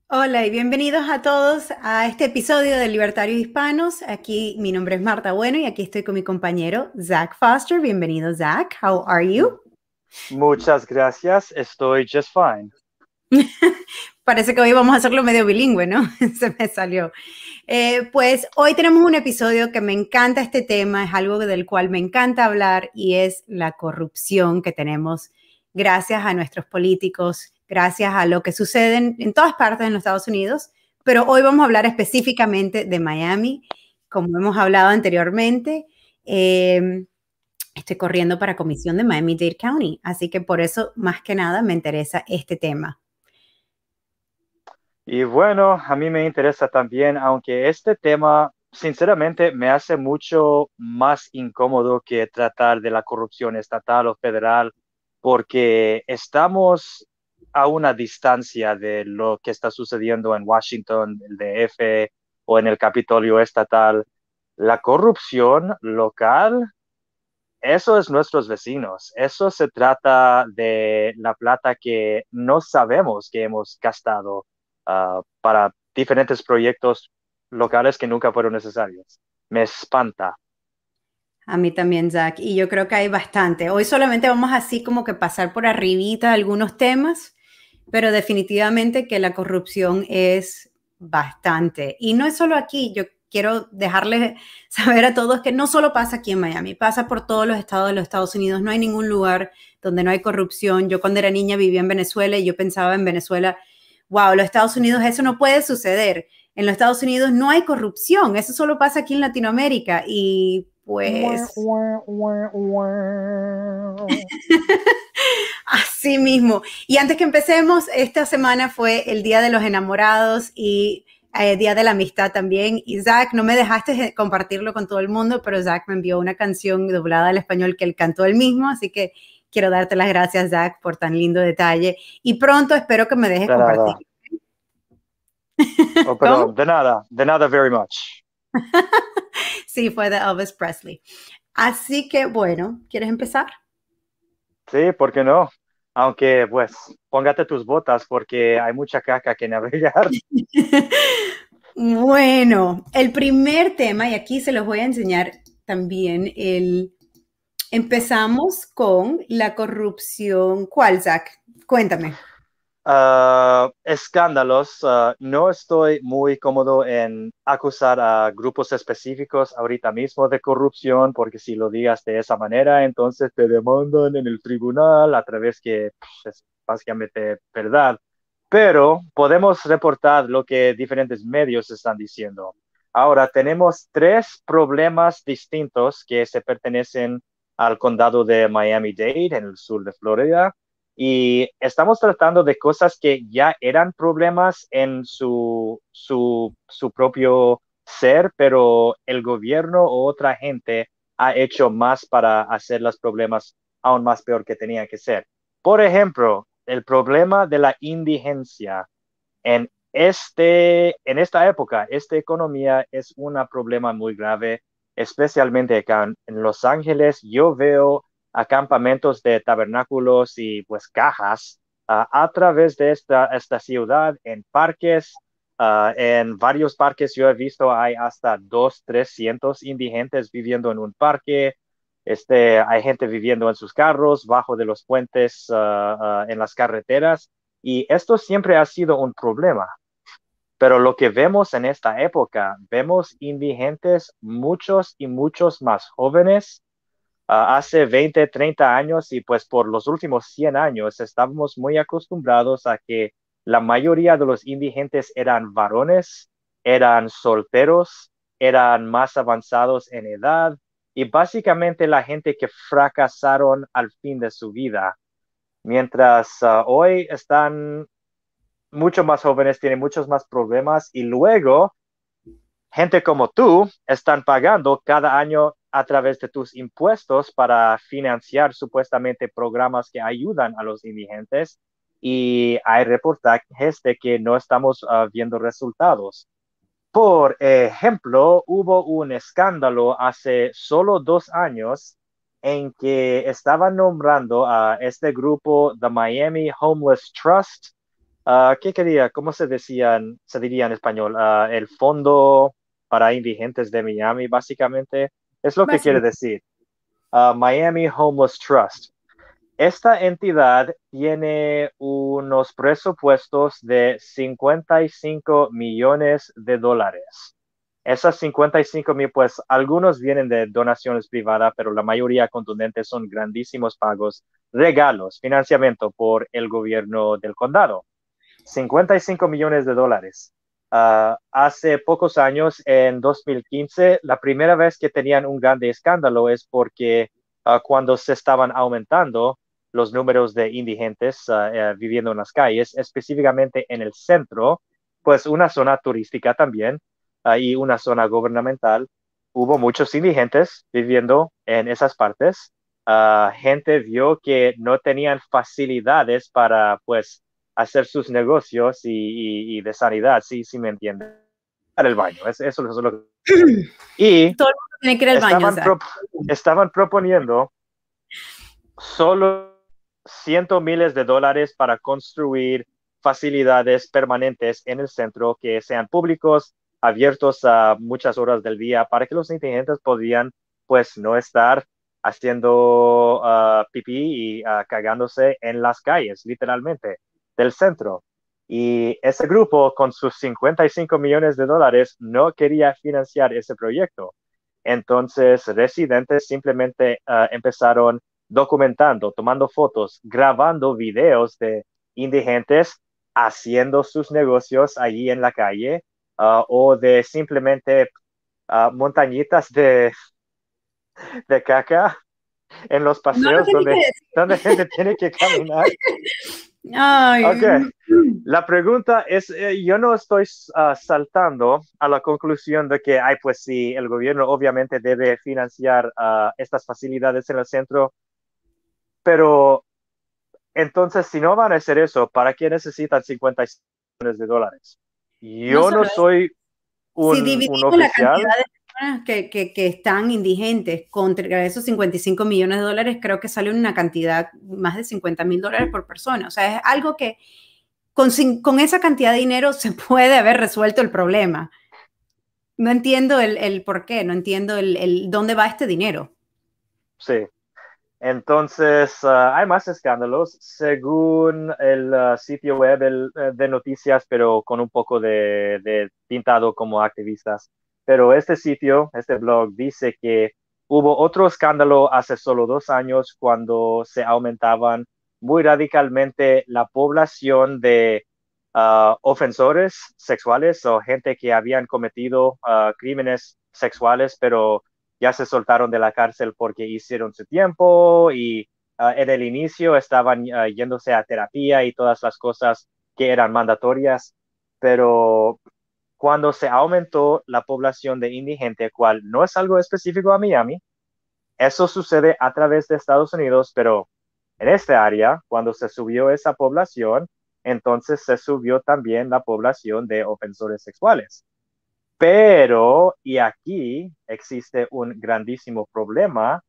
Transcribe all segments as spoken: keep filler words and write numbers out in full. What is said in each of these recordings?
Hola y bienvenidos a todos a este episodio de Libertarios Hispanos. Aquí mi nombre es Marta Bueno y aquí estoy con mi compañero Zach Foster. Bienvenido, Zach. How are you? Muchas gracias, estoy just fine. Parece que hoy vamos a hacerlo medio bilingüe, ¿no? Se me salió. Eh, pues hoy tenemos un episodio que me encanta este tema, es algo del cual me encanta hablar y es la corrupción que tenemos gracias a nuestros políticos, gracias a lo que sucede en, en todas partes en los Estados Unidos, pero hoy vamos a hablar específicamente de Miami, como hemos hablado anteriormente. Eh, Estoy corriendo para comisión de Miami-Dade County, así que por eso más que nada me interesa este tema. Y bueno, a mí me interesa también, aunque este tema, sinceramente, me hace mucho más incómodo que tratar de la corrupción estatal o federal, porque estamos a una distancia de lo que está sucediendo en Washington, el D F o en el Capitolio estatal. La corrupción local. Eso es nuestros vecinos. Eso se trata de la plata que no sabemos que hemos gastado uh, para diferentes proyectos locales que nunca fueron necesarios. Me espanta. A mí también, Zach. Y yo creo que hay bastante. Hoy solamente vamos así como que pasar por arribita algunos temas, pero definitivamente que la corrupción es bastante. Y no es solo aquí. Yo quiero dejarles saber a todos que no solo pasa aquí en Miami, pasa por todos los estados de los Estados Unidos. No hay ningún lugar donde no hay corrupción. Yo cuando era niña vivía en Venezuela y yo pensaba en Venezuela, wow, los Estados Unidos, eso no puede suceder. En los Estados Unidos no hay corrupción. Eso solo pasa aquí en Latinoamérica. Y pues así mismo. Y antes que empecemos, esta semana fue el Día de los Enamorados y eh, Día de la Amistad también. Y Zach, no me dejaste compartirlo con todo el mundo, pero Zach me envió una canción doblada al español que él cantó él mismo, así que quiero darte las gracias, Zach, por tan lindo detalle. Y pronto espero que me dejes De compartir. nada. Oh, ¿Cómo? perdón, de nada, de nada very much. Sí, fue de Elvis Presley. Así que, bueno, ¿quieres empezar? Sí, ¿por qué no? Aunque, pues, póngate tus botas porque hay mucha caca que navegar. Bueno, el primer tema, y aquí se los voy a enseñar también, el, empezamos con la corrupción. ¿Cuál, Zach? Cuéntame. Uh, escándalos. Uh, no estoy muy cómodo en acusar a grupos específicos ahorita mismo de corrupción, porque si lo digas de esa manera, entonces te demandan en el tribunal a través que pues, es básicamente verdad. Pero podemos reportar lo que diferentes medios están diciendo. Ahora, tenemos tres problemas distintos que se pertenecen al condado de Miami-Dade, en el sur de Florida, y estamos tratando de cosas que ya eran problemas en su, su, su propio ser, pero el gobierno o otra gente ha hecho más para hacer los problemas aún más peor que tenían que ser. Por ejemplo, el problema de la indigencia. En, este, en esta época, esta economía es un problema muy grave, especialmente acá en, en Los Ángeles. Yo veo acampamentos de tabernáculos y pues cajas uh, a través de esta, esta ciudad, en parques, uh, en varios parques yo he visto hay hasta dos, trescientos indigentes viviendo en un parque. Este, hay gente viviendo en sus carros, bajo de los puentes, uh, uh, en las carreteras, y esto siempre ha sido un problema. Pero lo que vemos en esta época, vemos indigentes muchos y muchos más jóvenes. Uh, hace veinte, treinta años y pues por los últimos cien años estamos muy acostumbrados a que la mayoría de los indigentes eran varones, eran solteros, eran más avanzados en edad y básicamente la gente que fracasaron al fin de su vida. Mientras uh, hoy están mucho más jóvenes, tienen muchos más problemas y luego gente como tú están pagando cada año a través de tus impuestos para financiar supuestamente programas que ayudan a los indigentes y hay reportajes de que no estamos uh, viendo resultados. Por ejemplo, hubo un escándalo hace solo dos años en que estaban nombrando a este grupo, The Miami Homeless Trust, Ah, ¿qué quería? ¿Cómo se decían, se diría en español? Ah, el Fondo para Indigentes de Miami, básicamente, es lo que quiere Básicamente. decir. Ah, Miami Homeless Trust. Esta entidad tiene unos presupuestos de cincuenta y cinco millones de dólares. Esas cincuenta y cinco mil, pues algunos vienen de donaciones privadas, pero la mayoría contundentes son grandísimos pagos, regalos, financiamiento por el gobierno del condado. cincuenta y cinco millones de dólares. Uh, hace pocos años, en dos mil quince, la primera vez que tenían un grande escándalo es porque uh, cuando se estaban aumentando los números de indigentes uh, uh, viviendo en las calles, específicamente en el centro, pues una zona turística también uh, y una zona gubernamental, hubo muchos indigentes viviendo en esas partes. Uh, gente vio que no tenían facilidades para, pues, hacer sus negocios y, y, y de sanidad, sí, sí me entienden. El baño, eso, eso es lo que... Y Todo el mundo tiene que ir al baño, estaban, Zach. pro, estaban proponiendo solo cientos miles de dólares para construir facilidades permanentes en el centro que sean públicos, abiertos a muchas horas del día, para que los indigentes podían, pues, no estar haciendo uh, pipí y uh, cagándose en las calles, literalmente, del centro. Y ese grupo, con sus cincuenta y cinco millones de dólares, no quería financiar ese proyecto. Entonces, residentes simplemente uh, empezaron documentando, tomando fotos, grabando videos de indigentes haciendo sus negocios allí en la calle uh, o de simplemente uh, montañitas de, de caca en los No lo paseos tiene que donde, decir. donde gente tiene que caminar. Ay. Ok, la pregunta es, eh, yo no estoy uh, saltando a la conclusión de que, ay, pues sí, el gobierno obviamente debe financiar uh, estas facilidades en el centro, pero entonces, si no van a hacer eso, ¿para qué necesitan cincuenta millones de dólares? No Yo no solo eso. soy Si un, un dividimos la oficial. cantidad de personas que, que, que están indigentes contra esos cincuenta y cinco millones de dólares, creo que sale una cantidad más de cincuenta mil dólares por persona. O sea, es algo que con, con esa cantidad de dinero se puede haber resuelto el problema. No entiendo el, el por qué, no entiendo el, el dónde va este dinero. Sí. Entonces, uh, hay más escándalos según el uh, sitio web el, uh, de noticias, pero con un poco de, de pintado como activistas. Pero este sitio, este blog, dice que hubo otro escándalo hace solo dos años cuando se aumentaban muy radicalmente la población de uh, ofensores sexuales o gente que habían cometido uh, crímenes sexuales, pero ya se soltaron de la cárcel porque hicieron su tiempo y uh, en el inicio estaban uh, yéndose a terapia y todas las cosas que eran mandatorias, pero cuando se aumentó la población de indigente, cual no es algo específico a Miami, eso sucede a través de Estados Unidos, pero en esta área, cuando se subió esa población, entonces se subió también la población de ofensores sexuales. Pero, y aquí existe un grandísimo problema,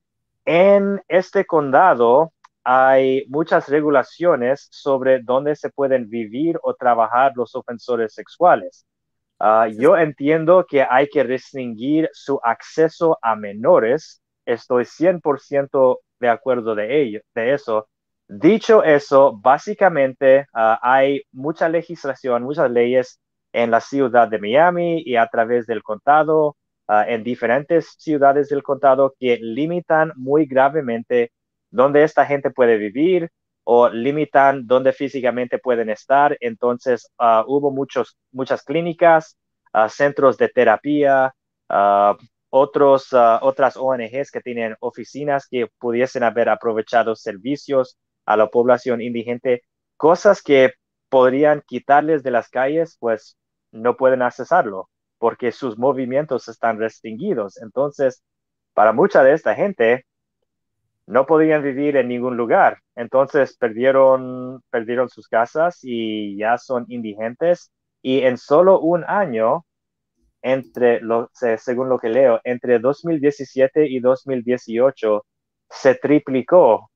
en este condado hay muchas regulaciones sobre dónde se pueden vivir o trabajar los ofensores sexuales. Uh, yo entiendo que hay que restringir su acceso a menores. Estoy cien por ciento de acuerdo de, ello, de eso. Dicho eso, básicamente uh, hay mucha legislación, muchas leyes en la ciudad de Miami y a través del condado, uh, en diferentes ciudades del condado que limitan muy gravemente dónde esta gente puede vivir o limitan dónde físicamente pueden estar. Entonces, uh, hubo muchos, muchas clínicas, uh, centros de terapia, uh, otros, uh, otras O N Ges que tienen oficinas que pudiesen haber aprovechado servicios a la población indigente, cosas que podrían quitarles de las calles, pues no pueden accesarlo porque sus movimientos están restringidos. Entonces, para mucha de esta gente, no podían vivir en ningún lugar. Entonces perdieron, perdieron sus casas y ya son indigentes. Y en solo un año, entre lo, según lo que leo, entre dos mil diecisiete y dos mil dieciocho, se triplicó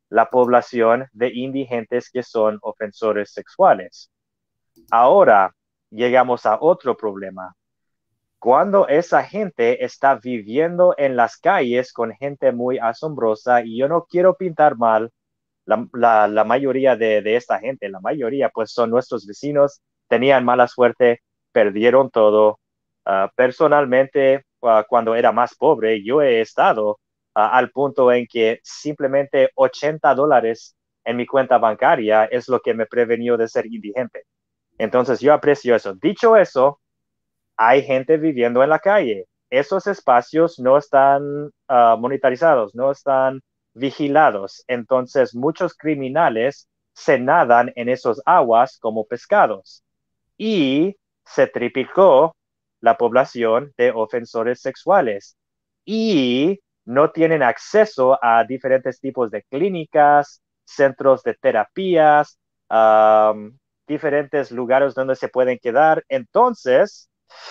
la población de indigentes que son ofensores sexuales. Ahora llegamos a otro problema. Cuando esa gente está viviendo en las calles con gente muy asombrosa, y yo no quiero pintar mal la, la, la mayoría de, de esta gente, la mayoría pues son nuestros vecinos, tenían mala suerte, perdieron todo. Uh, personalmente, uh, cuando era más pobre, yo he estado uh, al punto en que simplemente ochenta dólares en mi cuenta bancaria es lo que me prevenió de ser indigente. Entonces yo aprecio eso. Dicho eso, hay gente viviendo en la calle. Esos espacios no están uh, monitorizados, no están vigilados. Entonces, muchos criminales se nadan en esos aguas como pescados. Y se triplicó la población de ofensores sexuales. Y no tienen acceso a diferentes tipos de clínicas, centros de terapias, um, diferentes lugares donde se pueden quedar. Entonces,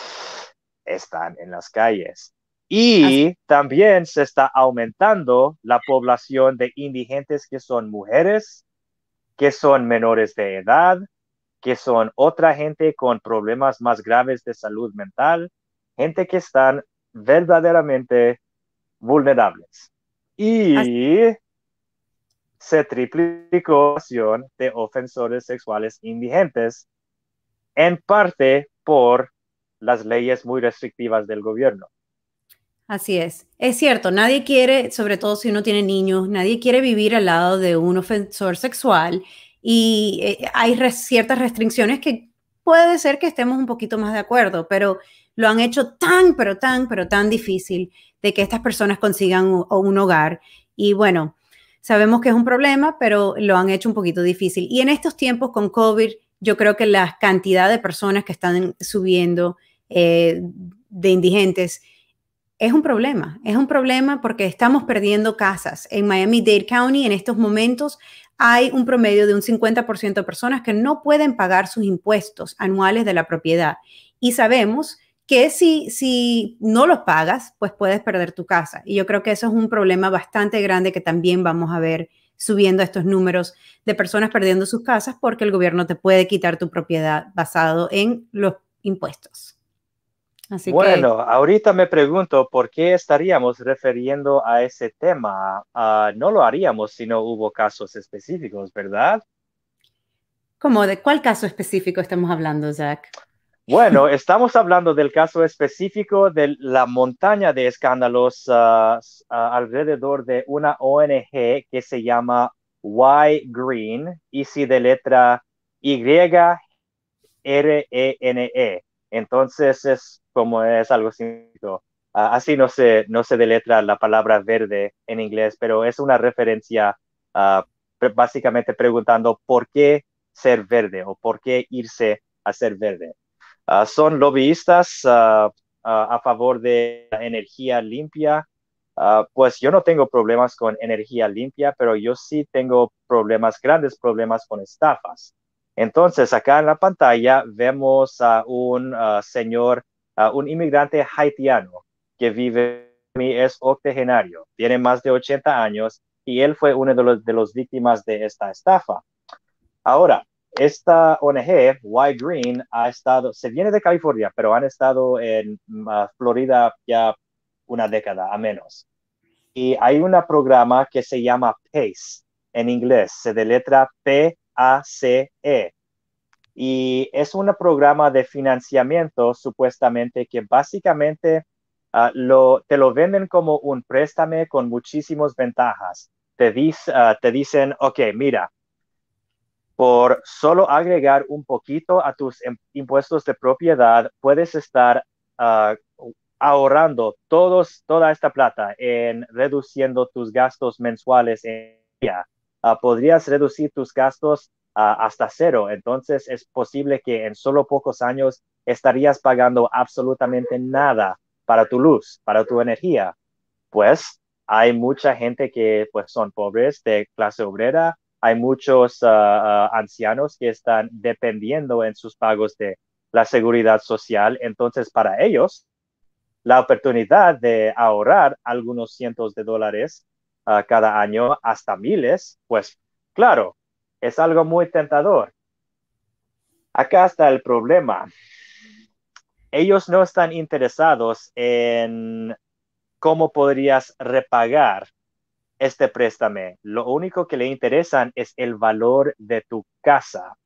están en las calles. Así, Y también se está aumentando la población de indigentes que son mujeres, que son menores de edad, que son otra gente con problemas más graves de salud mental, gente que están verdaderamente vulnerables. así, Y se triplicó la población de ofensores sexuales indigentes, en parte por las leyes muy restrictivas del gobierno. así es. Es cierto, nadie quiere, sobre todo si uno tiene niños, nadie quiere vivir al lado de un ofensor sexual y eh, hay res- ciertas restricciones que puede ser que estemos un poquito más de acuerdo, pero lo han hecho tan, pero tan, pero tan difícil de que estas personas consigan un, un hogar. Y bueno, sabemos que es un problema, pero lo han hecho un poquito difícil. Y en estos tiempos con COVID, yo creo que la cantidad de personas que están subiendo eh, de indigentes es un problema, es un problema porque estamos perdiendo casas. En Miami-Dade County en estos momentos hay un promedio de un cincuenta por ciento de personas que no pueden pagar sus impuestos anuales de la propiedad. Y sabemos que si, si no los pagas, pues puedes perder tu casa. Y yo creo que eso es un problema bastante grande que también vamos a ver subiendo estos números de personas perdiendo sus casas porque el gobierno te puede quitar tu propiedad basado en los impuestos. Así que Bueno, ahorita me pregunto por qué estaríamos refiriendo a ese tema. Uh, no lo haríamos si no hubo casos específicos, ¿verdad? ¿cómo de cuál caso específico estamos hablando, Jack? Bueno, estamos hablando del caso específico de la montaña de escándalos uh, uh, alrededor de una O N G que se llama Y Green, y si de letra Y R E N E. Entonces es como es algo simple. Uh, así no se, no se deletra la palabra verde en inglés, pero es una referencia uh, básicamente preguntando por qué ser verde o por qué irse a ser verde. Uh, son lobbyistas uh, uh, a favor de la energía limpia. Uh, pues yo no tengo problemas con energía limpia, pero yo sí tengo problemas, grandes problemas con estafas. Entonces, acá en la pantalla vemos a un uh, señor, uh, un inmigrante haitiano que vive, es octogenario, tiene más de ochenta años y él fue uno de los, de los víctimas de esta estafa. Ahora, esta O N G, Y Green, ha estado, se viene de California, pero han estado en uh, Florida ya una década a menos. Y hay un programa que se llama PACE en inglés, se deletra P A C E. Y es un programa de financiamiento supuestamente que básicamente uh, lo, te lo venden como un préstamo con muchísimas ventajas. Te, dice, uh, te dicen, ok, mira, por solo agregar un poquito a tus impuestos de propiedad, puedes estar uh, ahorrando todos, toda esta plata en reduciendo tus gastos mensuales. En día. Uh, podrías reducir tus gastos uh, hasta cero. Entonces es posible que en solo pocos años estarías pagando absolutamente nada para tu luz, para tu energía. Pues hay mucha gente que pues son pobres de clase obrera, hay muchos uh, uh, ancianos que están dependiendo en sus pagos de la seguridad social. Entonces, para ellos, la oportunidad de ahorrar algunos cientos de dólares uh, cada año, hasta miles, pues claro, es algo muy tentador. Acá está el problema. Ellos no están interesados en cómo podrías repagar este préstamo. Lo único que le interesan es el valor de tu casa.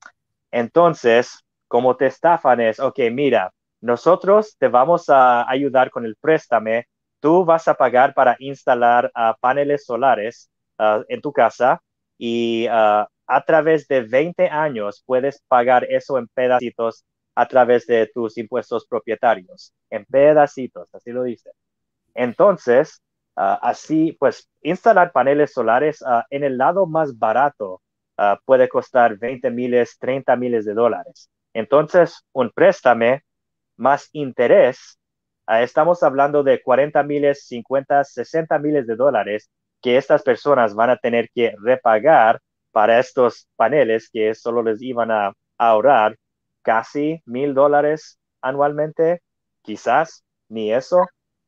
Entonces, como te estafan es, ok, mira, nosotros te vamos a ayudar con el préstamo, tú vas a pagar para instalar uh, paneles solares uh, en tu casa y uh, a través de veinte años puedes pagar eso en pedacitos a través de tus impuestos propietarios, en pedacitos, así lo dice. Entonces, uh, así, pues, instalar paneles solares uh, en el lado más barato uh, puede costar veinte miles, treinta miles de dólares. Entonces, un préstamo más interés, uh, estamos hablando de cuarenta miles, cincuenta, sesenta miles de dólares que estas personas van a tener que repagar para estos paneles que solo les iban a, a ahorrar casi mil dólares anualmente, quizás ni eso.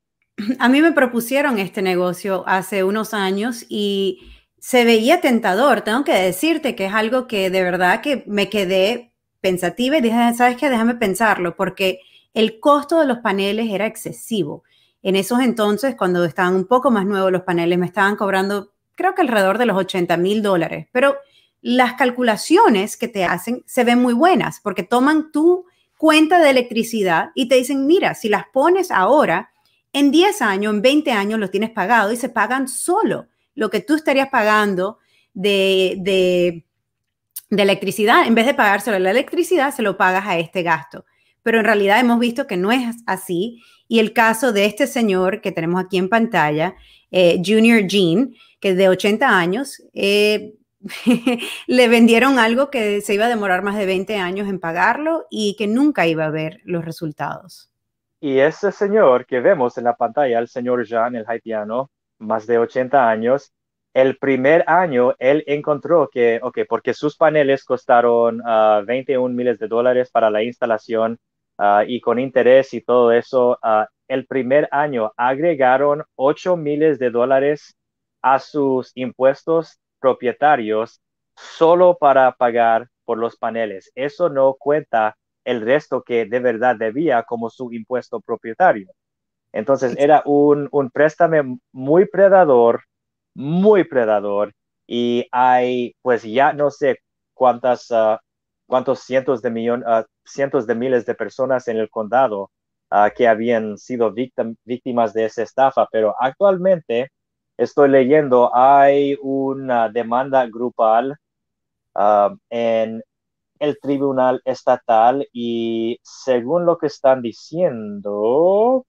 A mí me propusieron este negocio hace unos años y se veía tentador. Tengo que decirte que es algo que de verdad que me quedé pensativa y dije, ¿sabes qué? Déjame pensarlo, porque el costo de los paneles era excesivo. En esos entonces, cuando estaban un poco más nuevos los paneles, me estaban cobrando, creo que alrededor de los ochenta mil dólares. Pero las calculaciones que te hacen se ven muy buenas, porque toman tu cuenta de electricidad y te dicen, mira, si las pones ahora, en diez años, en veinte años lo tienes pagado y se pagan solo lo que tú estarías pagando de, de, de electricidad. En vez de pagárselo la electricidad, se lo pagas a este gasto. Pero en realidad hemos visto que no es así. Y el caso de este señor que tenemos aquí en pantalla, eh, Junior Jean, que es de ochenta años, eh, le vendieron algo que se iba a demorar más de veinte años en pagarlo y que nunca iba a ver los resultados. Y ese señor que vemos en la pantalla, el señor Jean, el haitiano, más de ochenta años, el primer año él encontró que, ok, porque sus paneles costaron uh, veintiún miles de dólares para la instalación uh, y con interés y todo eso, uh, el primer año agregaron ocho miles de dólares a sus impuestos propietarios solo para pagar por los paneles. Eso no cuenta el resto que de verdad debía como su impuesto propietario. Entonces era un, un préstamo muy predador, muy predador, y hay pues ya no sé cuántas, uh, cuántos cientos de millones, uh, cientos de miles de personas en el condado uh, que habían sido víctim, víctimas de esa estafa, pero actualmente estoy leyendo, hay una demanda grupal uh, en el tribunal estatal y según lo que están diciendo,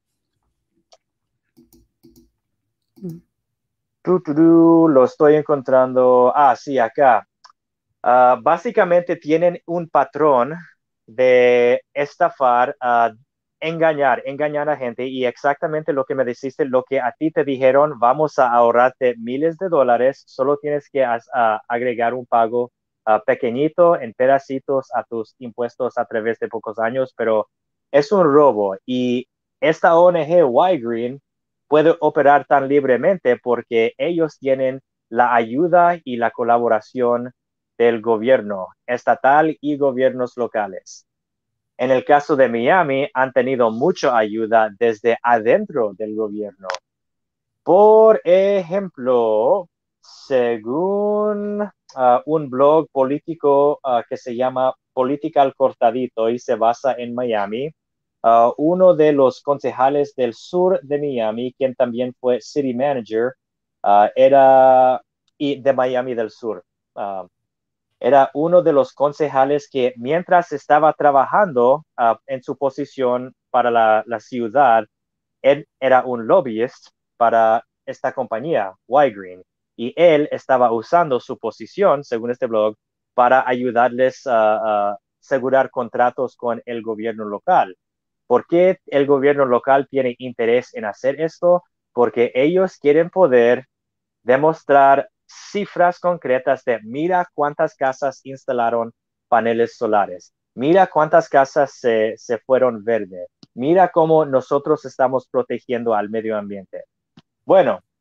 tu, tu, tu, lo estoy encontrando, ah, sí, acá. Uh, básicamente tienen un patrón de estafar, uh, engañar, engañar a gente y exactamente lo que me dijiste, lo que a ti te dijeron, vamos a ahorrarte miles de dólares, solo tienes que uh, agregar un pago uh, pequeñito en pedacitos a tus impuestos a través de pocos años, pero es un robo y esta O N G Y-Green puede operar tan libremente porque ellos tienen la ayuda y la colaboración del gobierno estatal y gobiernos locales. En el caso de Miami, han tenido mucha ayuda desde adentro del gobierno. Por ejemplo, según uh, un blog político uh, que se llama Political Cortadito y se basa en Miami, uh, uno de los concejales del sur de Miami, quien también fue city manager, uh, era y de Miami del Sur. Uh, era uno de los concejales que mientras estaba trabajando uh, en su posición para la, la ciudad, él era un lobbyist para esta compañía, Y-Green, y él estaba usando su posición, según este blog, para ayudarles a, a asegurar contratos con el gobierno local. ¿Por qué el gobierno local tiene interés en hacer esto? Porque ellos quieren poder demostrar cifras concretas de mira cuántas casas instalaron paneles solares, mira cuántas casas se, se fueron verde, mira cómo nosotros estamos protegiendo al medio ambiente. Bueno,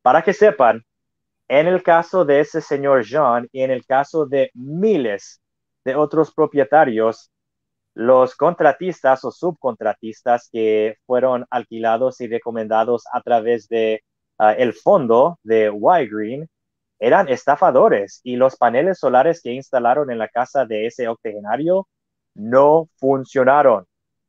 para que sepan, en el caso de ese señor John y en el caso de miles de otros propietarios, los contratistas o subcontratistas que fueron alquilados y recomendados a través de uh, el fondo de Y-Green eran estafadores, y los paneles solares que instalaron en la casa de ese octogenario no funcionaron,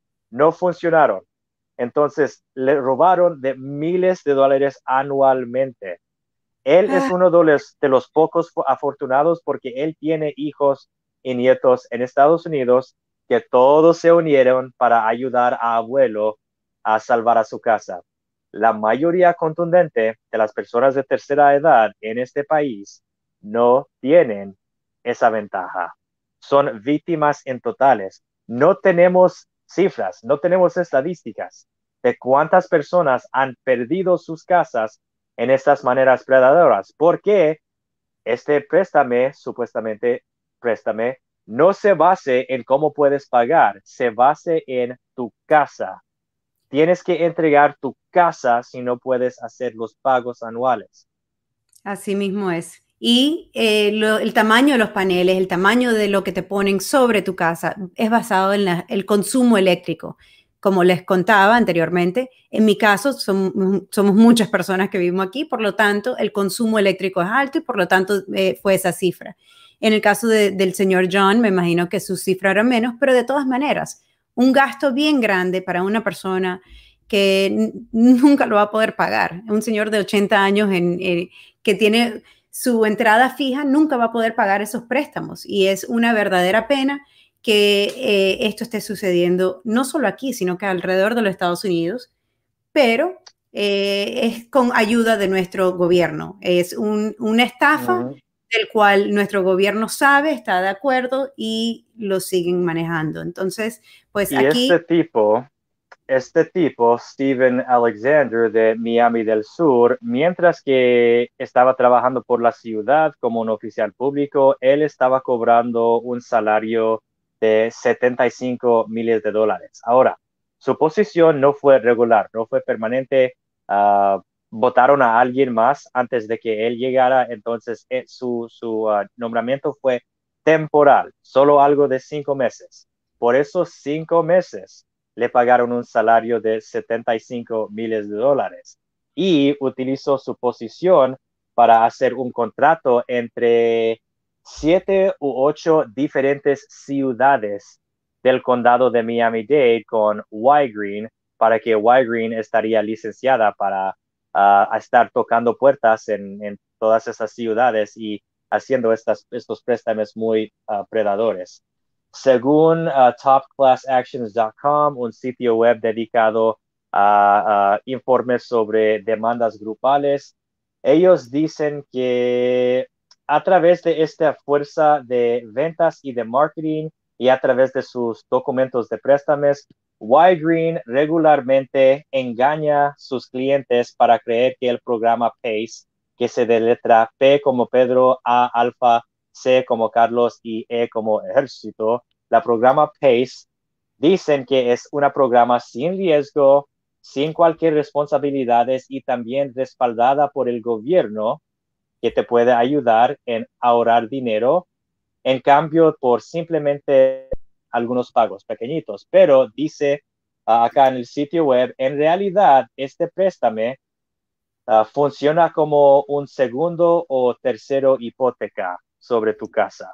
no funcionaron. Entonces le robaron de miles de dólares anualmente. Él es uno de los, de los pocos afortunados porque él tiene hijos y nietos en Estados Unidos que todos se unieron para ayudar a abuelo a salvar a su casa. La mayoría contundente de las personas de tercera edad en este país no tienen esa ventaja. Son víctimas en totales. No tenemos cifras, no tenemos estadísticas de cuántas personas han perdido sus casas en estas maneras predadoras, porque este préstame, supuestamente préstame, no se base en cómo puedes pagar, se base en tu casa. Tienes que entregar tu casa si no puedes hacer los pagos anuales. Así mismo es. Y eh, lo, el tamaño de los paneles, el tamaño de lo que te ponen sobre tu casa es basado en la, el consumo eléctrico. Como les contaba anteriormente, en mi caso son, somos muchas personas que vivimos aquí, por lo tanto el consumo eléctrico es alto y por lo tanto eh, fue esa cifra. En el caso de, del señor John, me imagino que su cifra era menos, pero de todas maneras, un gasto bien grande para una persona que nunca lo va a poder pagar. Un señor de ochenta años en, eh, que tiene su entrada fija, nunca va a poder pagar esos préstamos. Y es una verdadera pena que eh, esto esté sucediendo no solo aquí, sino que alrededor de los Estados Unidos, pero eh, es con ayuda de nuestro gobierno. Es un, una estafa uh-huh. del cual nuestro gobierno sabe, está de acuerdo y lo siguen manejando. Entonces, pues y aquí... este tipo... Este tipo, Steven Alexander de Miami del Sur, mientras que estaba trabajando por la ciudad como un oficial público, él estaba cobrando un salario de setenta y cinco miles de dólares. Ahora, su posición no fue regular, no fue permanente. Uh, votaron a alguien más antes de que él llegara, entonces eh, su, su uh, nombramiento fue temporal, solo algo de cinco meses. Por esos cinco meses, le pagaron un salario de setenta y cinco miles de dólares y utilizó su posición para hacer un contrato entre siete u ocho diferentes ciudades del condado de Miami-Dade con Y-Green para que Y-Green estaría licenciada para uh, estar tocando puertas en, en todas esas ciudades y haciendo estas, estos préstamos muy uh, predadores. Según uh, top class actions punto com, un sitio web dedicado a, a informes sobre demandas grupales, ellos dicen que a través de esta fuerza de ventas y de marketing y a través de sus documentos de préstamos, Y-Green regularmente engaña a sus clientes para creer que el programa PACE, que se deletra P como Pedro, A Alfa, C como Carlos y E como Ejército, la programa PACE, dicen que es un programa sin riesgo, sin cualquier responsabilidades y también respaldada por el gobierno, que te puede ayudar en ahorrar dinero, en cambio por simplemente algunos pagos pequeñitos. Pero dice uh, acá en el sitio web, en realidad este préstame uh, funciona como un segundo o tercero hipoteca sobre tu casa.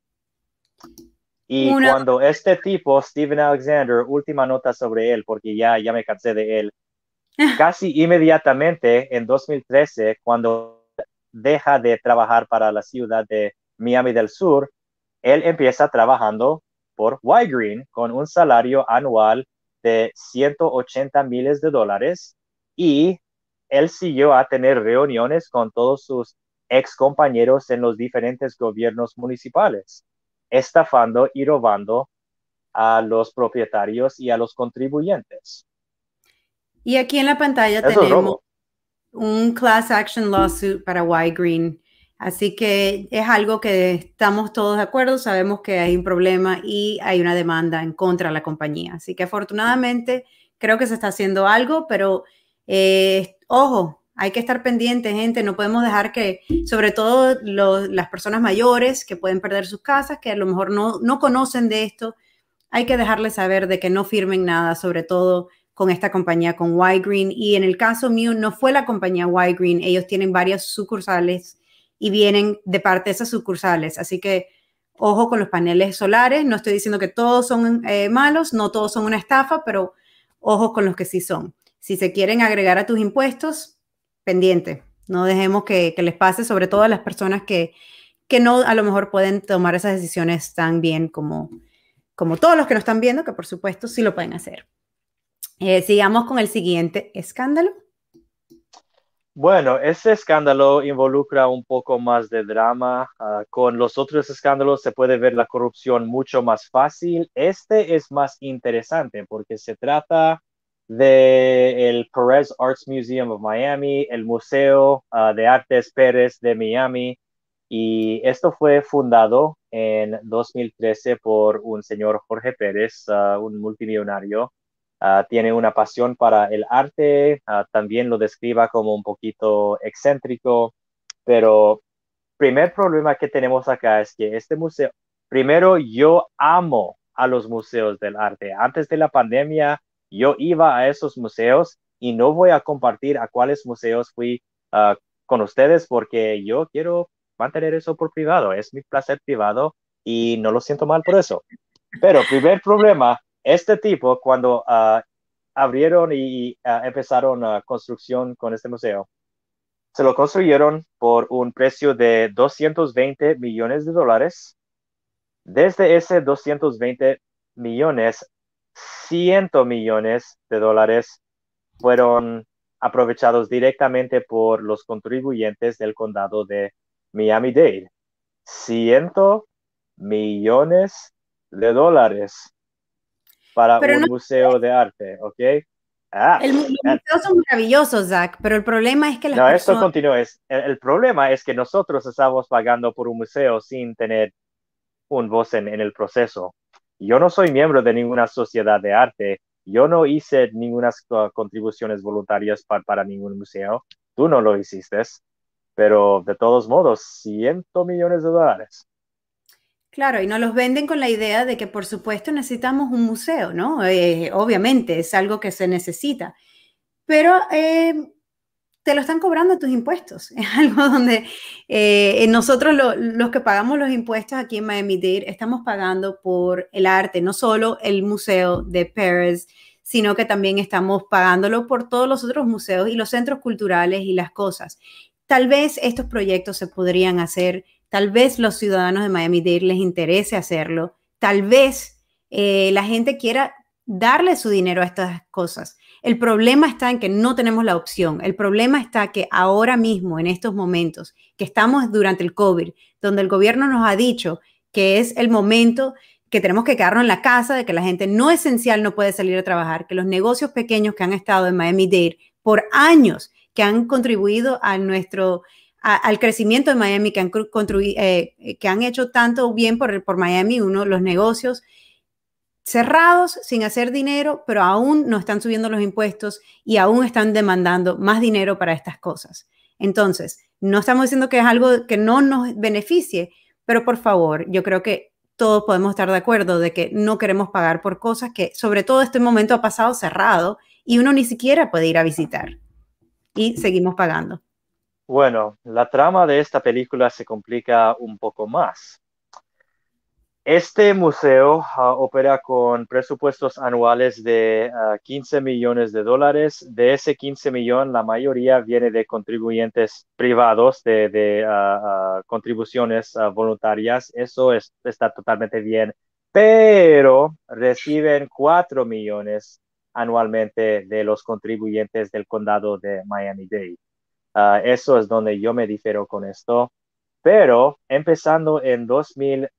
Y Una... cuando este tipo, Steven Alexander, última nota sobre él, porque ya, ya me cansé de él, casi inmediatamente en dos mil trece, cuando deja de trabajar para la ciudad de Miami del Sur, él empieza trabajando por Y-Green con un salario anual de ciento ochenta miles de dólares y él siguió a tener reuniones con todos sus ex compañeros en los diferentes gobiernos municipales, estafando y robando a los propietarios y a los contribuyentes. Y aquí en la pantalla Eso tenemos un class action lawsuit para Y-Green. Así que es algo que estamos todos de acuerdo, sabemos que hay un problema y hay una demanda en contra de la compañía. Así que afortunadamente creo que se está haciendo algo, pero eh, ojo, Hay que estar pendientes, gente. No podemos dejar que, sobre todo los, las personas mayores que pueden perder sus casas, que a lo mejor no, no conocen de esto, hay que dejarles saber de que no firmen nada, sobre todo con esta compañía, con Y-Green. Y en el caso mío, no fue la compañía Y-Green. Ellos tienen varias sucursales y vienen de parte de esas sucursales. Así que ojo con los paneles solares. No estoy diciendo que todos son eh, malos, no todos son una estafa, pero ojo con los que sí son. Si se quieren agregar a tus impuestos, pendiente. No dejemos que, que les pase, sobre todo a las personas que, que no a lo mejor pueden tomar esas decisiones tan bien como, como todos los que nos están viendo, que por supuesto sí lo pueden hacer. Eh, sigamos con el siguiente escándalo. Bueno, ese escándalo involucra un poco más de drama. Uh, con los otros escándalos se puede ver la corrupción mucho más fácil. Este es más interesante porque se trata de el Perez Arts Museum of Miami, el Museo uh, de Artes Pérez de Miami, y esto fue fundado en dos mil trece por un señor Jorge Pérez, uh, un multimillonario. Uh, tiene una pasión para el arte, uh, también lo describa como un poquito excéntrico, pero primer problema que tenemos acá es que este museo, primero yo amo a los museos del arte. Antes de la pandemia yo iba a esos museos y no voy a compartir a cuáles museos fui uh, con ustedes porque yo quiero mantener eso por privado, es mi placer privado y no lo siento mal por eso. Pero primer problema, este tipo, cuando uh, abrieron y uh, empezaron la uh, construcción con este museo, se lo construyeron por un precio de doscientos veinte millones de dólares. Desde ese doscientos veinte millones, cien millones de dólares fueron aprovechados directamente por los contribuyentes del condado de Miami-Dade. cien millones de dólares para Pero un no, museo de arte, ¿ok? Ah, el, los eh, museos son maravillosos, Zach, pero el problema es que las no, esto personas... continúa. Es, el, el, problema es que nosotros estamos pagando por un museo sin tener un voz en, en el proceso. Yo no soy miembro de ninguna sociedad de arte. Yo no hice ninguna uh, contribuciones voluntarias pa, para ningún museo. Tú no lo hiciste, pero de todos modos, cien millones de dólares. Claro, y nos los venden con la idea de que por supuesto necesitamos un museo, ¿no? Eh, obviamente es algo que se necesita, pero eh, te lo están cobrando tus impuestos. Es algo donde eh, nosotros lo, los que pagamos los impuestos aquí en Miami-Dade estamos pagando por el arte, no solo el museo de Paris, sino que también estamos pagándolo por todos los otros museos y los centros culturales y las cosas. Tal vez estos proyectos se podrían hacer, tal vez los ciudadanos de Miami-Dade les interese hacerlo, tal vez eh, la gente quiera darle su dinero a estas cosas. El problema está en que no tenemos la opción. El problema está que ahora mismo, en estos momentos, que estamos durante el COVID, donde el gobierno nos ha dicho que es el momento que tenemos que quedarnos en la casa, de que la gente no esencial no puede salir a trabajar, que los negocios pequeños que han estado en Miami-Dade por años, que han contribuido a nuestro, a, al crecimiento de Miami, que han, eh, que han hecho tanto bien por, por Miami, uno, los negocios cerrados, sin hacer dinero, pero aún no están subiendo los impuestos y aún están demandando más dinero para estas cosas. Entonces, no estamos diciendo que es algo que no nos beneficie, pero por favor, yo creo que todos podemos estar de acuerdo de que no queremos pagar por cosas que, sobre todo este momento ha pasado cerrado y uno ni siquiera puede ir a visitar y seguimos pagando. Bueno, la trama de esta película se complica un poco más. Este museo uh, opera con presupuestos anuales de uh, quince millones de dólares. De ese quince millones, la mayoría viene de contribuyentes privados, de, de uh, uh, contribuciones uh, voluntarias. Eso es, está totalmente bien, pero reciben cuatro millones anualmente de los contribuyentes del condado de Miami-Dade. Uh, eso es donde yo me difiero con esto. Pero empezando en dos mil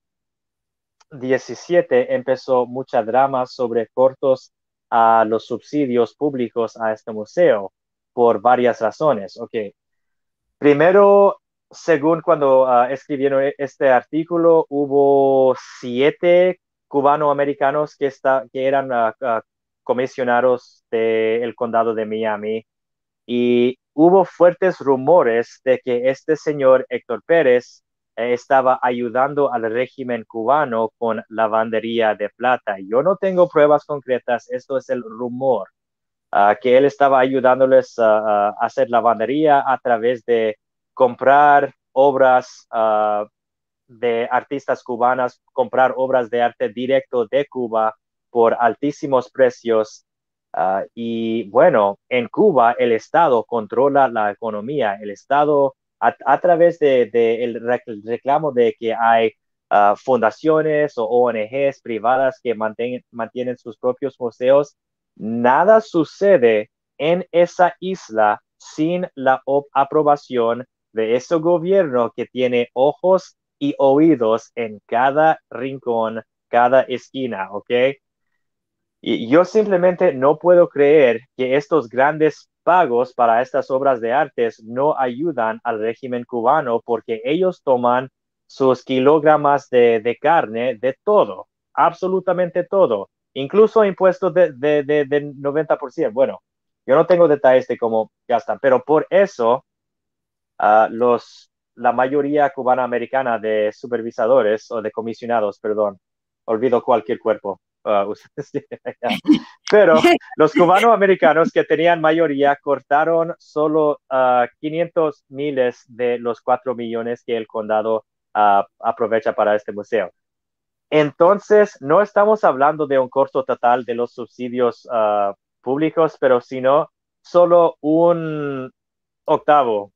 diecisiete empezó mucha drama sobre cortos a los subsidios públicos a este museo por varias razones. Ok, primero, según cuando uh, escribieron este artículo, hubo siete cubanoamericanos que, está, que eran uh, uh, comisionados del condado de Miami y hubo fuertes rumores de que este señor Héctor Pérez eh, estaba ayudando al régimen cubano con lavandería de plata. Yo no tengo pruebas concretas, esto es el rumor, uh, que él estaba ayudándoles a, a hacer lavandería a través de comprar obras uh, de artistas cubanas, comprar obras de arte directo de Cuba por altísimos precios. Uh, y bueno, en Cuba el Estado controla la economía. El Estado, a, a través del de, de el reclamo de que hay uh, fundaciones o O N Ges privadas que mantienen, mantienen sus propios museos, nada sucede en esa isla sin la aprobación de ese gobierno que tiene ojos y oídos en cada rincón, cada esquina, ¿ok? Y yo simplemente no puedo creer que estos grandes pagos para estas obras de artes no ayudan al régimen cubano porque ellos toman sus kilogramos de, de carne de todo, absolutamente todo, incluso impuestos de, de, de, de noventa por ciento. Bueno, yo no tengo detalles de cómo gastan, pero por eso uh, los, la mayoría cubana-americana de supervisadores o de comisionados, perdón, olvido cualquier cuerpo. Uh, pero los cubanoamericanos que tenían mayoría cortaron solo uh, quinientos miles de los cuatro millones que el condado uh, aprovecha para este museo. Entonces, no estamos hablando de un costo total de los subsidios uh, públicos, pero sino solo un octavo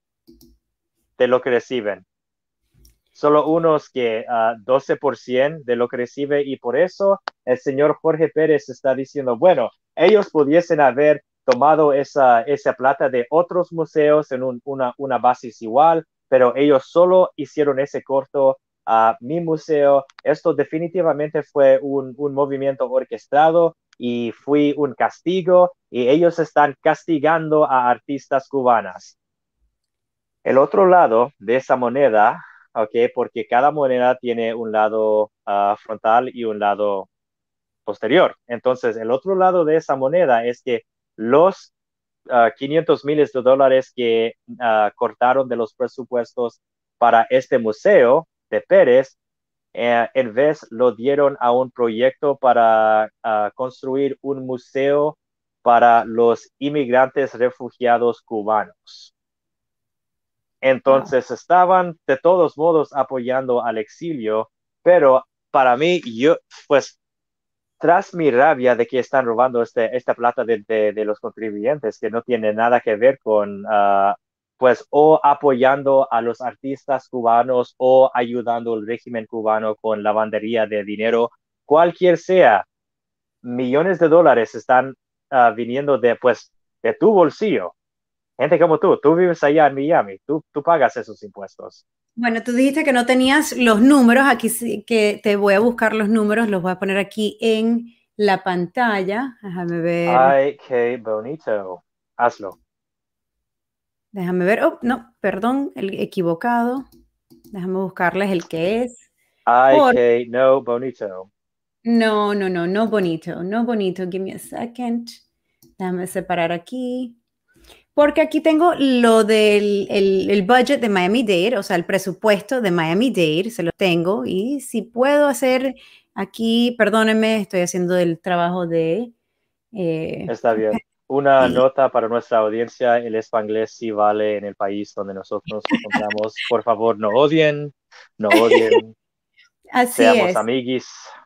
de lo que reciben. Solo unos que uh, doce por ciento de lo que recibe, y por eso el señor Jorge Pérez está diciendo, bueno, ellos pudiesen haber tomado esa, esa plata de otros museos en un, una, una base igual, pero ellos solo hicieron ese corto a mi museo. Esto definitivamente fue un, un movimiento orquestado y fue un castigo, y ellos están castigando a artistas cubanas. El otro lado de esa moneda, okay, porque cada moneda tiene un lado uh, frontal y un lado posterior. Entonces, el otro lado de esa moneda es que los uh, quinientos miles de dólares que uh, cortaron de los presupuestos para este museo de Pérez, eh, en vez lo dieron a un proyecto para uh, construir un museo para los inmigrantes refugiados cubanos. Entonces, wow, estaban de todos modos apoyando al exilio, pero para mí, yo, pues, tras mi rabia de que están robando este, esta plata de, de, de los contribuyentes, que no tiene nada que ver con, uh, pues, o apoyando a los artistas cubanos o ayudando al régimen cubano con lavandería de dinero, cualquier sea, millones de dólares están uh, viniendo de, pues, de tu bolsillo. Gente como tú, tú vives allá en Miami, tú, tú pagas esos impuestos. Bueno, tú dijiste que no tenías los números, aquí sí que te voy a buscar los números, los voy a poner aquí en la pantalla. Déjame ver. Ay, qué bonito. Hazlo. Déjame ver. Oh, no, perdón, el equivocado. Déjame buscarles el que es. Ay, Por... qué no bonito. No, no, no, no bonito, no bonito. Give me a second. Déjame separar aquí. Porque aquí tengo lo del el, el budget de Miami-Dade, o sea, el presupuesto de Miami-Dade, se lo tengo. Y si puedo hacer aquí, perdónenme, estoy haciendo el trabajo de... Eh, Está bien. Una y, nota para nuestra audiencia, el español sí vale en el país donde nosotros nos encontramos. Por favor, no odien, no odien. así Seamos es. amiguis.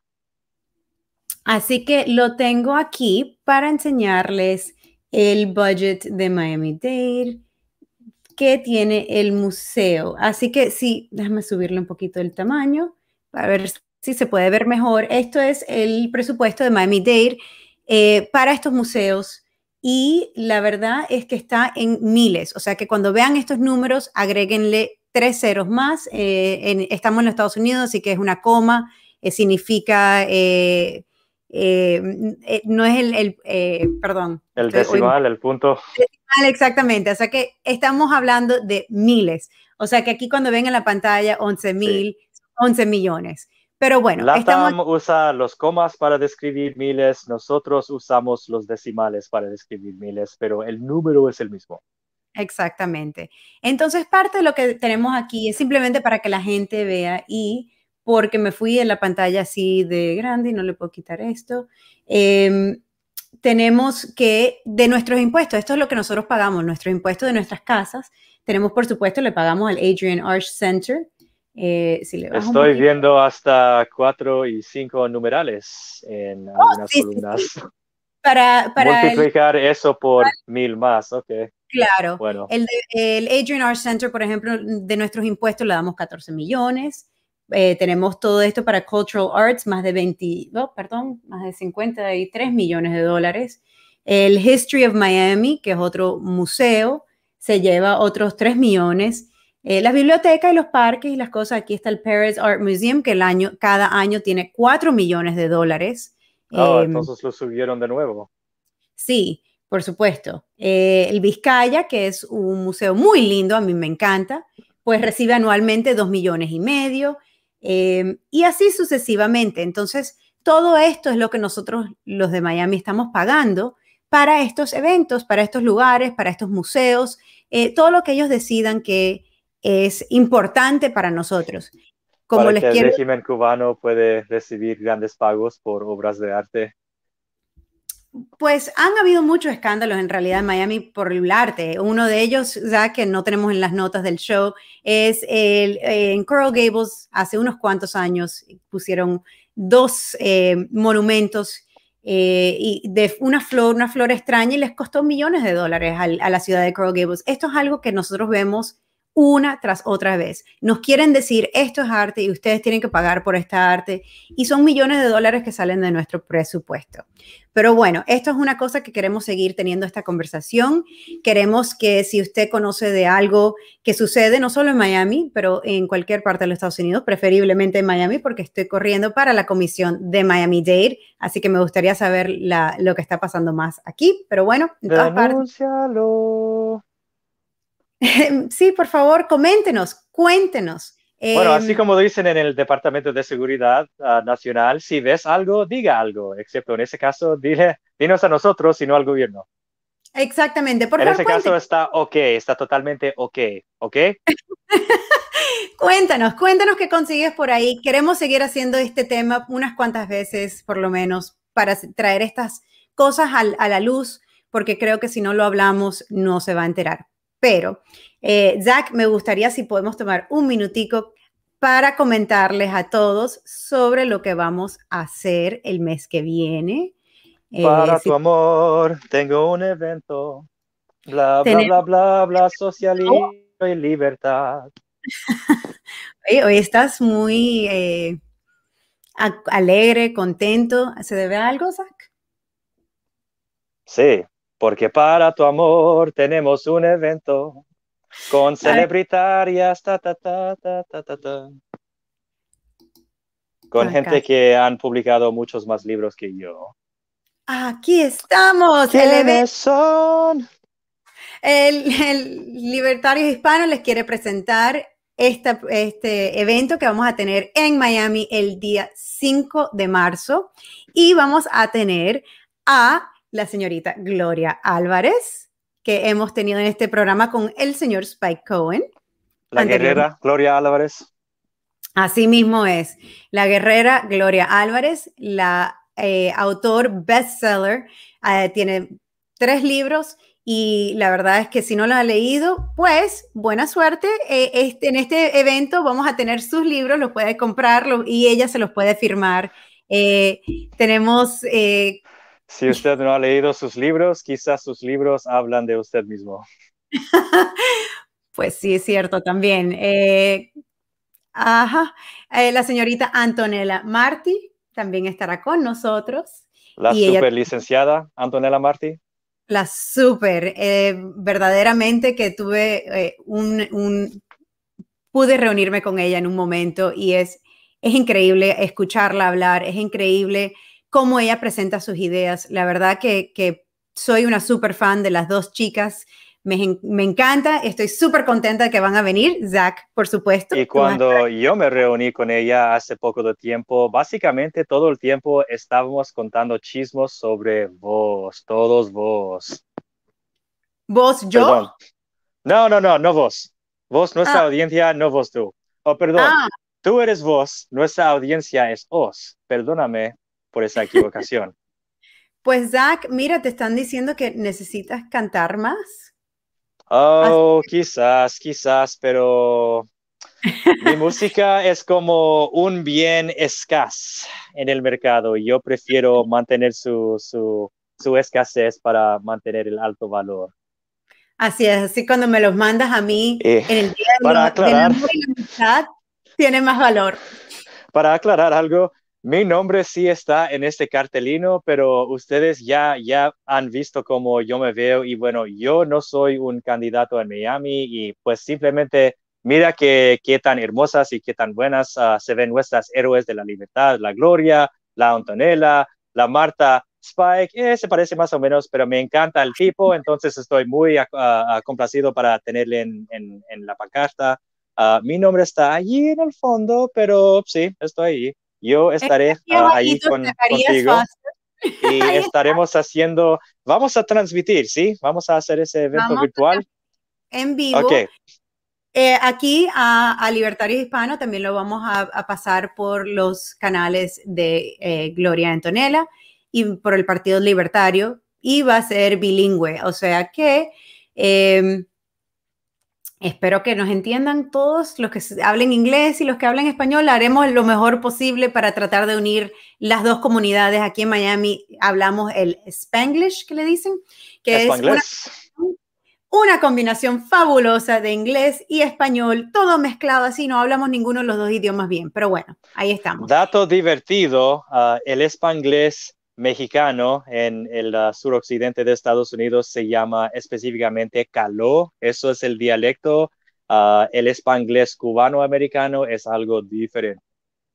Así que lo tengo aquí para enseñarles el budget de Miami-Dade que tiene el museo. Así que sí, déjame subirle un poquito el tamaño para ver si se puede ver mejor. Esto es el presupuesto de Miami-Dade eh, para estos museos, y la verdad es que está en miles. O sea que cuando vean estos números, agréguenle tres ceros más. Eh, en, estamos en los Estados Unidos, así que es una coma, eh, significa... Eh, eh, eh, no es el, el eh, perdón. El Estoy, decimal, hoy, el punto. exactamente, o sea que estamos hablando de miles, o sea que aquí cuando ven en la pantalla once mil, Sí. once millones, pero bueno, estamos... LATAM usa los comas para describir miles, nosotros usamos los decimales para describir miles, pero el número es el mismo. Exactamente. Entonces, parte de lo que tenemos aquí es simplemente para que la gente vea y porque me fui en la pantalla así de grande y no le puedo quitar esto. Eh, tenemos que, de nuestros impuestos, esto es lo que nosotros pagamos, nuestros impuestos de nuestras casas, tenemos, por supuesto, le pagamos al Adrian Arch Center. Eh, si le bajo un Estoy poquito. viendo hasta cuatro y cinco numerales en Oh, algunas sí, sí, columnas. sí. Para, para el Multiplicar eso por mil más, ok. Claro, Bueno, el, de- el Adrian Art Center, por ejemplo, de nuestros impuestos le damos catorce millones. Eh, tenemos todo esto para Cultural Arts, más de veinte, oh, perdón, más de cincuenta y tres millones de dólares. El History of Miami, que es otro museo, se lleva otros tres millones. Eh, las bibliotecas y los parques y las cosas, aquí está el Paris Art Museum, que el año, cada año tiene cuatro millones de dólares. oh, Eh, entonces lo subieron de nuevo. Sí, por supuesto. Eh, el Vizcaya, que es un museo muy lindo, a mí me encanta, pues recibe anualmente dos millones y medio eh, y así sucesivamente. Entonces, todo esto es lo que nosotros, los de Miami, estamos pagando para estos eventos, para estos lugares, para estos museos, eh, todo lo que ellos decidan que es importante para nosotros. Como Para les que el quiero régimen cubano puede recibir grandes pagos por obras de arte. Pues han habido muchos escándalos en realidad en Miami por el arte. Uno de ellos, ya que no tenemos en las notas del show, es el, eh, en Coral Gables hace unos cuantos años pusieron dos eh, monumentos eh, y de una flor, una flor extraña y les costó millones de dólares al, a la ciudad de Coral Gables. Esto es algo que nosotros vemos una tras otra vez. Nos quieren decir esto es arte y ustedes tienen que pagar por esta arte y son millones de dólares que salen de nuestro presupuesto. Pero bueno, esto es una cosa que queremos seguir teniendo esta conversación. Queremos que si usted conoce de algo que sucede no solo en Miami, pero en cualquier parte de los Estados Unidos, preferiblemente en Miami, porque estoy corriendo para la comisión de Miami-Dade, así que me gustaría saber la, lo que está pasando más aquí. Pero bueno, en todas partes. Denúncialo. Sí, por favor, coméntenos, cuéntenos. Bueno, así Eh, como dicen en el Departamento de Seguridad uh, Nacional, si ves algo, diga algo, excepto en ese caso, dile, dinos a nosotros y no al gobierno. exactamente, por En favor, ese caso cuéntenos. está ok, está totalmente ok, ¿ok? Cuéntanos, cuéntanos qué consigues por ahí. Queremos seguir haciendo este tema unas cuantas veces, por lo menos, para traer estas cosas al, a la luz, porque creo que si no lo hablamos no se va a enterar. Pero, eh, Zach, me gustaría si podemos tomar un minutico para comentarles a todos sobre lo que vamos a hacer el mes que viene. Eh, Para tu si amor, tengo un evento, bla, bla, bla, tenemos, bla, bla, socialismo y libertad. hoy, hoy estás muy eh, alegre, contento. ¿Se debe a algo, Zach? Sí, porque para tu amor tenemos un evento con Ay, celebritarias, ta, ta, ta, ta, ta, ta, ta. Con acá. gente que han publicado muchos más libros que yo. Aquí estamos. El, ¿Quiénes son? el, el Libertario Hispano les quiere presentar esta, este evento que vamos a tener en Miami el día cinco de marzo y vamos a tener a la señorita Gloria Álvarez, que hemos tenido en este programa con el señor Spike Cohen La anteriormente. guerrera Gloria Álvarez. Así mismo es, la guerrera Gloria Álvarez, la eh, autor bestseller, eh, tiene tres libros y la verdad es que si no lo ha leído, pues buena suerte. Eh, este, en este evento vamos a tener sus libros, los puede comprar y ella se los puede firmar. Eh, tenemos... Eh, Si usted no ha leído sus libros, quizás sus libros hablan de usted mismo. pues sí, es cierto también. Eh, Ajá. Eh, la señorita Antonella Marti también estará con nosotros La y ella, super licenciada Antonella Martí. la súper, eh, verdaderamente que tuve eh, un, un, pude reunirme con ella en un momento y es, es increíble escucharla hablar, es increíble cómo ella presenta sus ideas. La verdad que, que soy una súper fan de las dos chicas. Me, me encanta, estoy súper contenta de que van a venir. Zach, por supuesto, Y tú vas a estar. cuando yo me reuní con ella hace poco de tiempo, básicamente todo el tiempo estábamos contando chismos sobre vos, todos vos. ¿Vos, yo? Perdón, No, no, no, no vos. Vos, nuestra Ah, audiencia, no vos tú. Oh, perdón. ah, Tú eres vos, nuestra audiencia es os. Perdóname por esa equivocación. pues Zach, mira, te están diciendo que necesitas cantar más. Así- Oh, quizás, quizás, pero mi música es como un bien escaz en el mercado y yo prefiero mantener su, su, su escasez para mantener el alto valor. Así es, así cuando me los mandas a mí Y en el día de para lo- del aclarar, amor y la amistad, tiene más valor. para aclarar algo, mi nombre sí está en este cartelino, pero ustedes ya, ya han visto cómo yo me veo y bueno, yo no soy un candidato en Miami y pues simplemente mira qué, qué tan hermosas y qué tan buenas uh, se ven nuestras héroes de la libertad, la Gloria, la Antonella, la Marta. Spike, eh, se parece más o menos, pero me encanta el tipo, entonces estoy muy uh, uh, complacido para tenerle en, en, en la pancarta. Uh, mi nombre está allí en el fondo, pero sí, estoy ahí. Yo estaré Aquí uh, ahí abajito con, estarías contigo fácil. y Ahí está. estaremos haciendo, vamos a transmitir, ¿sí? Vamos a hacer ese evento Vamos virtual. en Ok, vivo. Eh, aquí a, a Libertario Hispano también lo vamos a, a pasar por los canales de eh, Gloria Antonella y por el Partido Libertario y va a ser bilingüe, o sea que eh, espero que nos entiendan todos los que hablen inglés y los que hablen español. Haremos lo mejor posible para tratar de unir las dos comunidades. Aquí en Miami hablamos el Spanglish, que le dicen, que es una Spanglish. una combinación fabulosa de inglés y español, todo mezclado así, no hablamos ninguno de los dos idiomas bien, pero bueno, ahí estamos. Dato divertido, uh, el spanglés mexicano en el uh, suroccidente de Estados Unidos se llama específicamente caló, eso es el dialecto. Uh, el spanglés cubano-americano es algo diferente.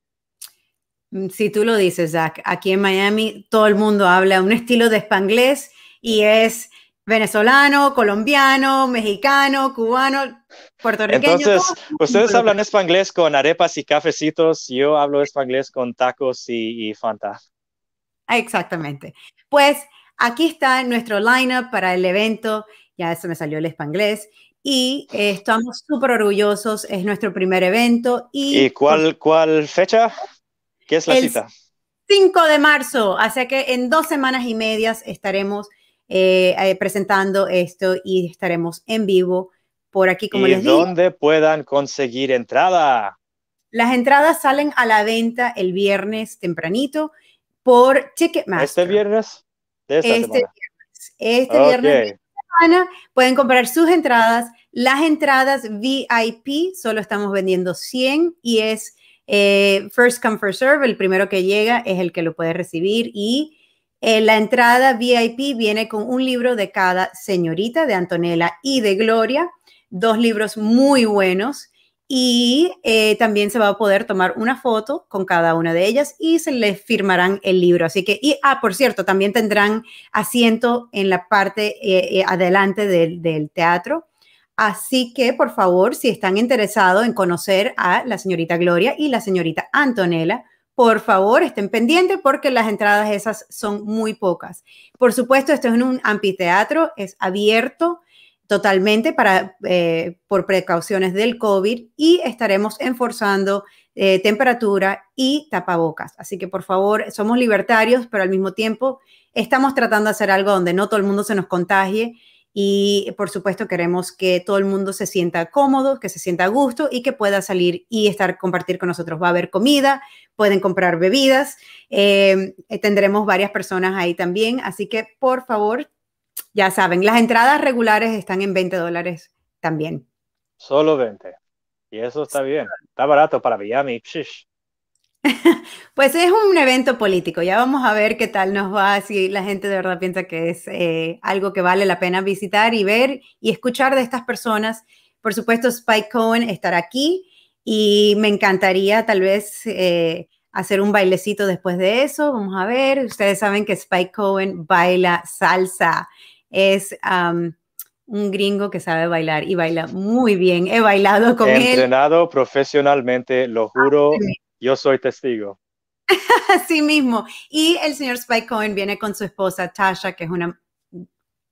Si tú lo dices, Zach, aquí en Miami todo el mundo habla un estilo de spanglés y es venezolano, colombiano, mexicano, cubano, puertorriqueño, todo Entonces, ustedes hablan involucrado. spanglés con arepas y cafecitos, yo hablo spanglés con tacos y, y Fanta. Exactamente. Pues aquí está nuestro lineup para el evento. Ya se me salió el spanglés. Y eh, estamos súper orgullosos. Es nuestro primer evento. ¿Y Y por cuál, cuál fecha? ¿Qué es la el cita? cinco de marzo. Así que en dos semanas y medias estaremos eh, eh, presentando esto y estaremos en vivo por aquí, como ¿Y les dije. dónde puedan conseguir entrada? Las entradas salen a la venta el viernes tempranito por ¿Este Ticketmaster. viernes de esta Este semana? viernes, este Ok. viernes de esta semana pueden comprar sus entradas. Las entradas V I P solo estamos vendiendo cien y es eh, first come, first serve. El primero que llega es el que lo puede recibir y eh, la entrada V I P viene con un libro de cada señorita, de Antonella y de Gloria, dos libros muy buenos y eh, también se va a poder tomar una foto con cada una de ellas y se les firmarán el libro. Así que, y, ah, por cierto, también tendrán asiento en la parte eh, eh, adelante del, del teatro. Así que, por favor, si están interesados en conocer a la señorita Gloria y la señorita Antonella, por favor, estén pendientes porque las entradas esas son muy pocas. Por supuesto, esto es en un anfiteatro, es abierto totalmente para, eh, por precauciones del COVID y estaremos enforzando eh, temperatura y tapabocas. Así que por favor, somos libertarios, pero al mismo tiempo estamos tratando de hacer algo donde no todo el mundo se nos contagie y por supuesto queremos que todo el mundo se sienta cómodo, que se sienta a gusto y que pueda salir y estar, compartir con nosotros. Va a haber comida, pueden comprar bebidas, eh, tendremos varias personas ahí también, así que por favor, ya saben, las entradas regulares están en veinte dólares también. Solo veinte. Y eso está bien. Está barato para Miami. Shish. Pues es un evento político, ya vamos a ver qué tal nos va, si la gente de verdad piensa que es eh, algo que vale la pena visitar y ver y escuchar de estas personas. Por supuesto, Spike Cohen estará aquí y me encantaría tal vez eh, hacer un bailecito después de eso. Vamos a ver, ustedes saben que Spike Cohen baila salsa, es um, un gringo que sabe bailar y baila muy bien. He bailado con él. Entrenado profesionalmente, lo juro, yo soy testigo. Así mismo. Y el señor Spike Cohen viene con su esposa Tasha, que es una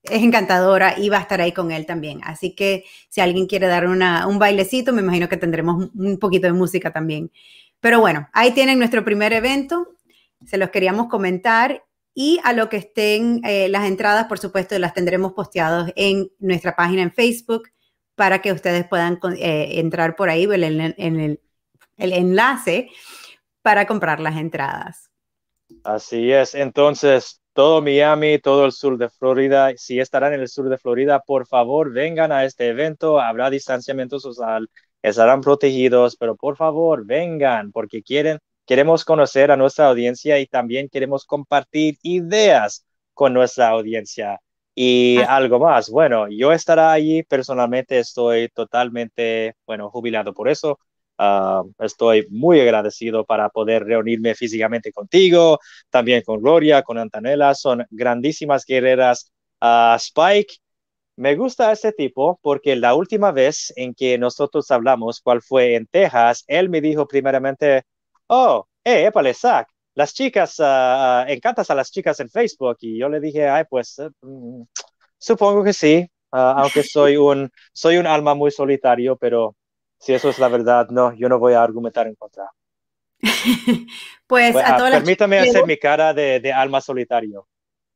es encantadora y va a estar ahí con él también. Así que si alguien quiere dar una, un bailecito, me imagino que tendremos un poquito de música también. Pero bueno, ahí tienen nuestro primer evento. Se los queríamos comentar. Y a lo que estén eh, las entradas, por supuesto, las tendremos posteadas en nuestra página en Facebook para que ustedes puedan eh, entrar por ahí en el, en el, el enlace para comprar las entradas. Así es. Entonces, todo Miami, todo el sur de Florida, si estarán en el sur de Florida, por favor, vengan a este evento. Habrá distanciamiento social, estarán protegidos, pero por favor, vengan porque quieren, queremos conocer a nuestra audiencia y también queremos compartir ideas con nuestra audiencia. Y Así. algo más, bueno, yo estaré allí, personalmente estoy totalmente, bueno, jubilado por eso. Uh, estoy muy agradecido para poder reunirme físicamente contigo, también con Gloria, con Antonella, son grandísimas guerreras. Uh, Spike, me gusta este tipo porque la última vez en que nosotros hablamos, cuál fue en Texas, él me dijo primeramente, oh, eh, épale, Zach, las chicas, uh, encantas a las chicas en Facebook. Y yo le dije, ay, pues, uh, supongo que sí, uh, aunque soy un, soy un alma muy solitario, pero si eso es la verdad, no, yo no voy a argumentar en contra. Pues Pues, a uh, todas las permítame chicas. hacer mi cara de, de alma solitario.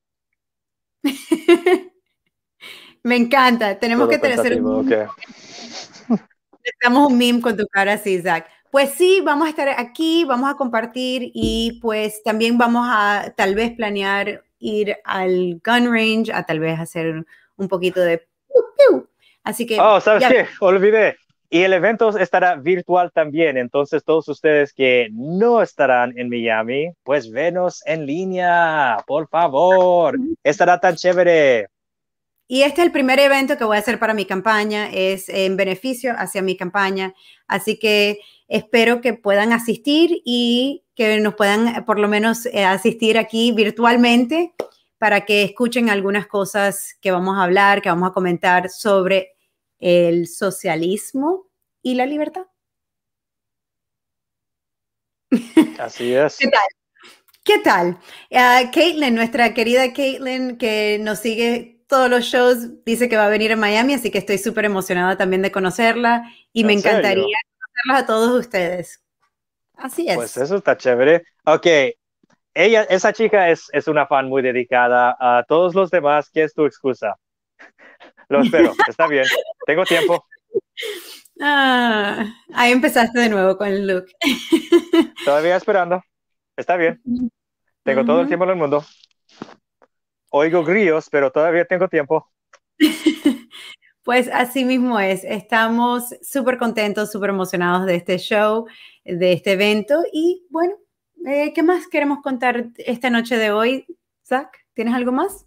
Me encanta. Tenemos Todo que hacer pensativo, ok. un, necesitamos un meme con tu cara así, Zach. Pues sí, vamos a estar aquí, vamos a compartir y pues también vamos a tal vez planear ir al gun range, a tal vez hacer un poquito de piu, piu. Así que Oh, ¿sabes ya. qué? Olvidé. Y el evento estará virtual también. Entonces, todos ustedes que no estarán en Miami, pues venos en línea, por favor. Estará tan chévere. Y este es el primer evento que voy a hacer para mi campaña, es en beneficio hacia mi campaña, así que espero que puedan asistir y que nos puedan por lo menos asistir aquí virtualmente para que escuchen algunas cosas que vamos a hablar, que vamos a comentar sobre el socialismo y la libertad. Así es. ¿Qué tal? ¿Qué tal? Uh, Caitlin, nuestra querida Caitlin, que nos sigue todos los shows, dice que va a venir a Miami, así que estoy súper emocionada también de conocerla y me ¿En encantaría serio? conocerlos a todos ustedes. Así Pues es. eso está chévere. Ok, ella, esa chica es, es una fan muy dedicada a todos los demás. ¿Qué es tu excusa? Lo espero, está bien. Tengo tiempo. Ah, ahí empezaste de nuevo con el look. Todavía esperando. Está bien. Tengo todo el Uh-huh. tiempo del mundo. Oigo grillos, pero todavía tengo tiempo. Pues así mismo es. Estamos súper contentos, súper emocionados de este show, de este evento. Y bueno, eh, ¿qué más queremos contar esta noche de hoy? Zach, ¿tienes algo más?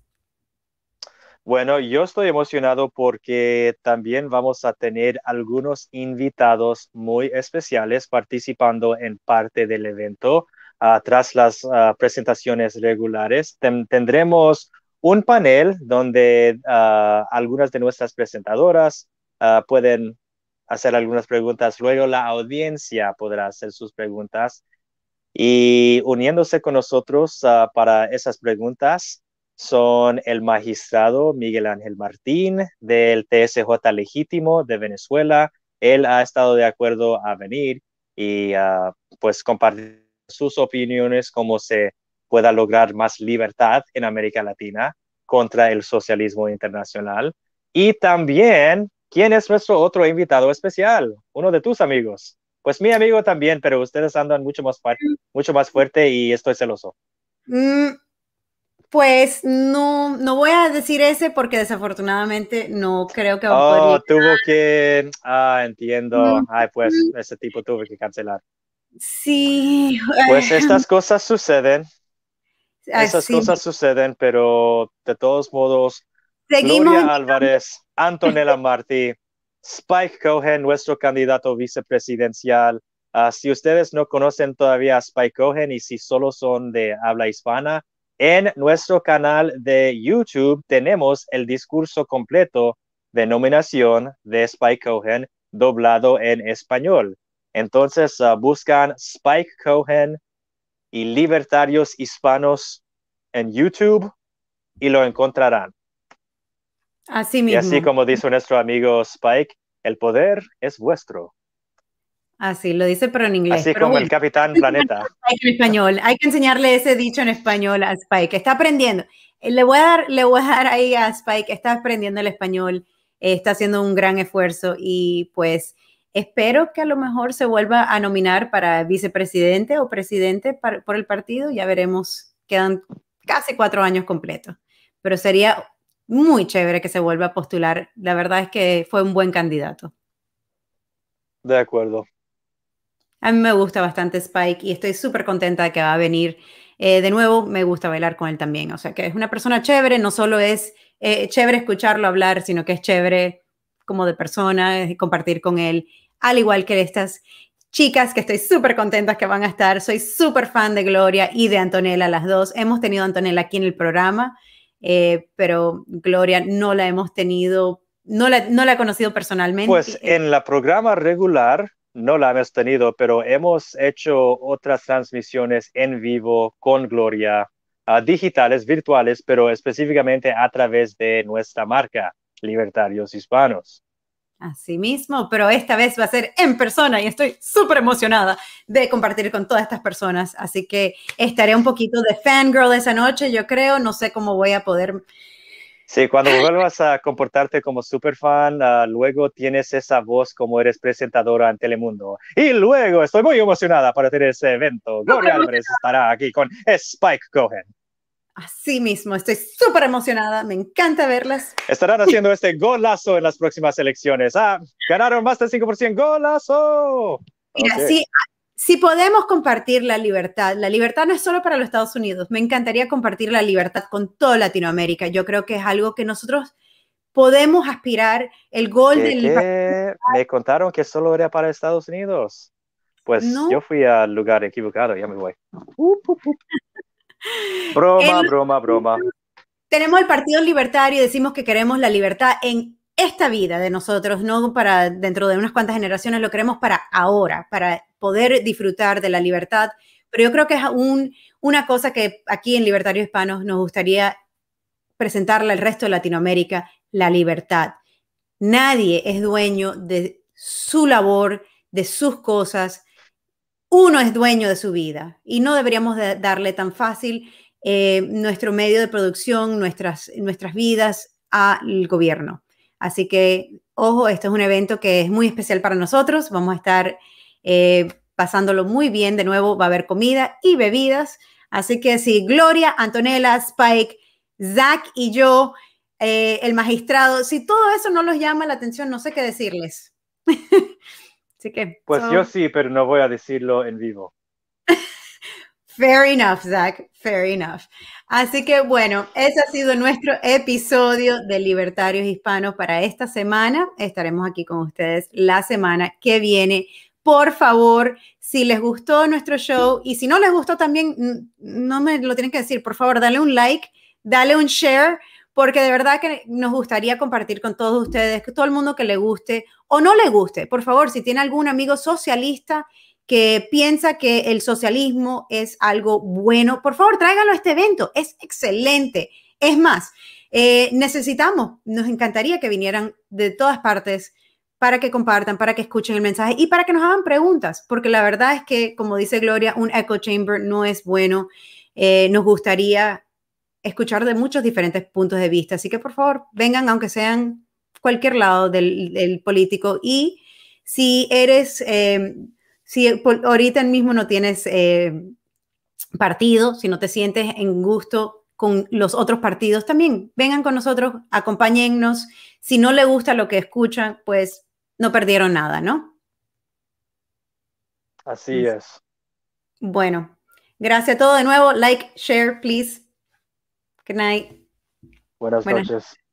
Bueno, yo estoy emocionado porque también vamos a tener algunos invitados muy especiales participando en parte del evento. Uh, tras las uh, presentaciones regulares, Ten tendremos un panel donde uh, algunas de nuestras presentadoras uh, pueden hacer algunas preguntas. Luego la audiencia podrá hacer sus preguntas y uniéndose con nosotros uh, para esas preguntas son el magistrado Miguel Ángel Martín del T S J Legítimo de Venezuela. Él ha estado de acuerdo a venir y uh, pues compartir sus opiniones cómo se pueda lograr más libertad en América Latina contra el socialismo internacional. Y también, ¿quién es nuestro otro invitado especial? Uno de tus amigos. Pues mi amigo también, pero ustedes andan mucho más, mucho más fuerte y estoy celoso. Mm, pues no, no voy a decir ese porque desafortunadamente no creo que va a poder Oh, ir. tuvo que, ah, entiendo. Mm, Ay, pues ese tipo tuvo que cancelar. sí, Pues estas cosas suceden, esas así. cosas suceden, pero de todos modos, Seguimos Gloria invitando. Álvarez, Antonella Martí, Spike Cohen, nuestro candidato vicepresidencial. Uh, si ustedes no conocen todavía a Spike Cohen y si solo son de habla hispana, en nuestro canal de YouTube tenemos el discurso completo de nominación de Spike Cohen doblado en español. Entonces uh, buscan Spike Cohen y libertarios hispanos en YouTube y lo encontrarán. Así Y así mismo. como dice nuestro amigo Spike, el poder es vuestro. Así lo dice, pero en inglés. Así Pero como el bueno, Capitán hay que enseñarle Planeta. a Spike en español. Hay que enseñarle ese dicho en español a Spike. Está aprendiendo. Eh, Le voy a dar, le voy a dar ahí a Spike. Está aprendiendo el español. Eh, está haciendo un gran esfuerzo y pues espero que a lo mejor se vuelva a nominar para vicepresidente o presidente par- por el partido. Ya veremos. Quedan casi cuatro años completos. Pero sería muy chévere que se vuelva a postular. La verdad es que fue un buen candidato. De acuerdo. A mí me gusta bastante Spike y estoy súper contenta de que va a venir. Eh, de nuevo, me gusta bailar con él también. O sea, que es una persona chévere, no solo es eh, chévere escucharlo hablar, sino que es chévere como de persona, eh, compartir con él, al igual que estas chicas que estoy súper contenta que van a estar. Soy súper fan de Gloria y de Antonella, las dos. Hemos tenido a Antonella aquí en el programa, eh, pero Gloria no la hemos tenido, no la, no la he conocido Pues personalmente. en la programa regular no la hemos tenido, pero hemos hecho otras transmisiones en vivo con Gloria, uh, digitales, virtuales, pero específicamente a través de nuestra marca, Libertarios Hispanos. Así mismo, pero esta vez va a ser en persona y estoy súper emocionada de compartir con todas estas personas. Así que estaré un poquito de fangirl esa noche, yo creo. No sé cómo voy a poder. Sí, cuando vuelvas a comportarte como superfan, uh, luego tienes esa voz como eres presentadora en Telemundo. Y luego estoy muy emocionada para tener ese evento. Gloria Álvarez estará aquí con Spike Cohen. Así mismo, estoy súper emocionada. Me encanta verlas. Estarán haciendo este golazo en las próximas elecciones. Ah, ganaron más del cinco por ciento. ¡Golazo! Mira, Ok. si, si podemos compartir la libertad, la libertad no es solo para los Estados Unidos. Me encantaría compartir la libertad con toda Latinoamérica. Yo creo que es algo que nosotros podemos aspirar. El gol ¿Qué, del... qué? Me contaron que solo era para Estados Unidos. Pues No. yo fui al lugar equivocado, ya me voy. Uh, uh, uh. Broma, El, broma, broma. tenemos el Partido Libertario y decimos que queremos la libertad en esta vida de nosotros, no para dentro de unas cuantas generaciones, lo queremos para ahora, para poder disfrutar de la libertad. Pero yo creo que es un, una cosa que aquí en Libertarios Hispanos nos gustaría presentarle al resto de Latinoamérica, la libertad. Nadie es dueño de su labor, de sus cosas. Uno es dueño de su vida y no deberíamos de darle tan fácil eh, nuestro medio de producción, nuestras, nuestras vidas al gobierno. Así que, ojo, este es un evento que es muy especial para nosotros. Vamos a estar eh, pasándolo muy bien. De nuevo, va a haber comida y bebidas. Así que sí, Gloria, Antonella, Spike, Zach y yo, eh, el magistrado, si todo eso no los llama la atención, no sé qué decirles. Así que, Pues yo so, sí, pero no voy a decirlo en vivo. fair enough, Zach, fair enough. Así que bueno, ese ha sido nuestro episodio de Libertarios Hispanos para esta semana. Estaremos aquí con ustedes la semana que viene. Por favor, si les gustó nuestro show y si no les gustó también, no me lo tienen que decir. Por favor, dale un like, dale un share, porque de verdad que nos gustaría compartir con todos ustedes, que todo el mundo que le guste o no le guste. Por favor, si tiene algún amigo socialista que piensa que el socialismo es algo bueno, por favor, tráiganlo a este evento. Es excelente. Es más, eh, necesitamos, nos encantaría que vinieran de todas partes para que compartan, para que escuchen el mensaje y para que nos hagan preguntas, porque la verdad es que, como dice Gloria, un echo chamber no es bueno. Eh, nos gustaría escuchar de muchos diferentes puntos de vista, así que por favor, vengan, aunque sean cualquier lado del, del político. Y si eres... Eh, si ahorita mismo no tienes eh, partido, si no te sientes en gusto con los otros partidos, también vengan con nosotros, acompáñennos. Si no le gusta lo que escuchan, pues no perdieron nada, ¿no? Así es. Bueno, gracias a todos de nuevo. Like, share, please. Good night. Buenas Buenas noches.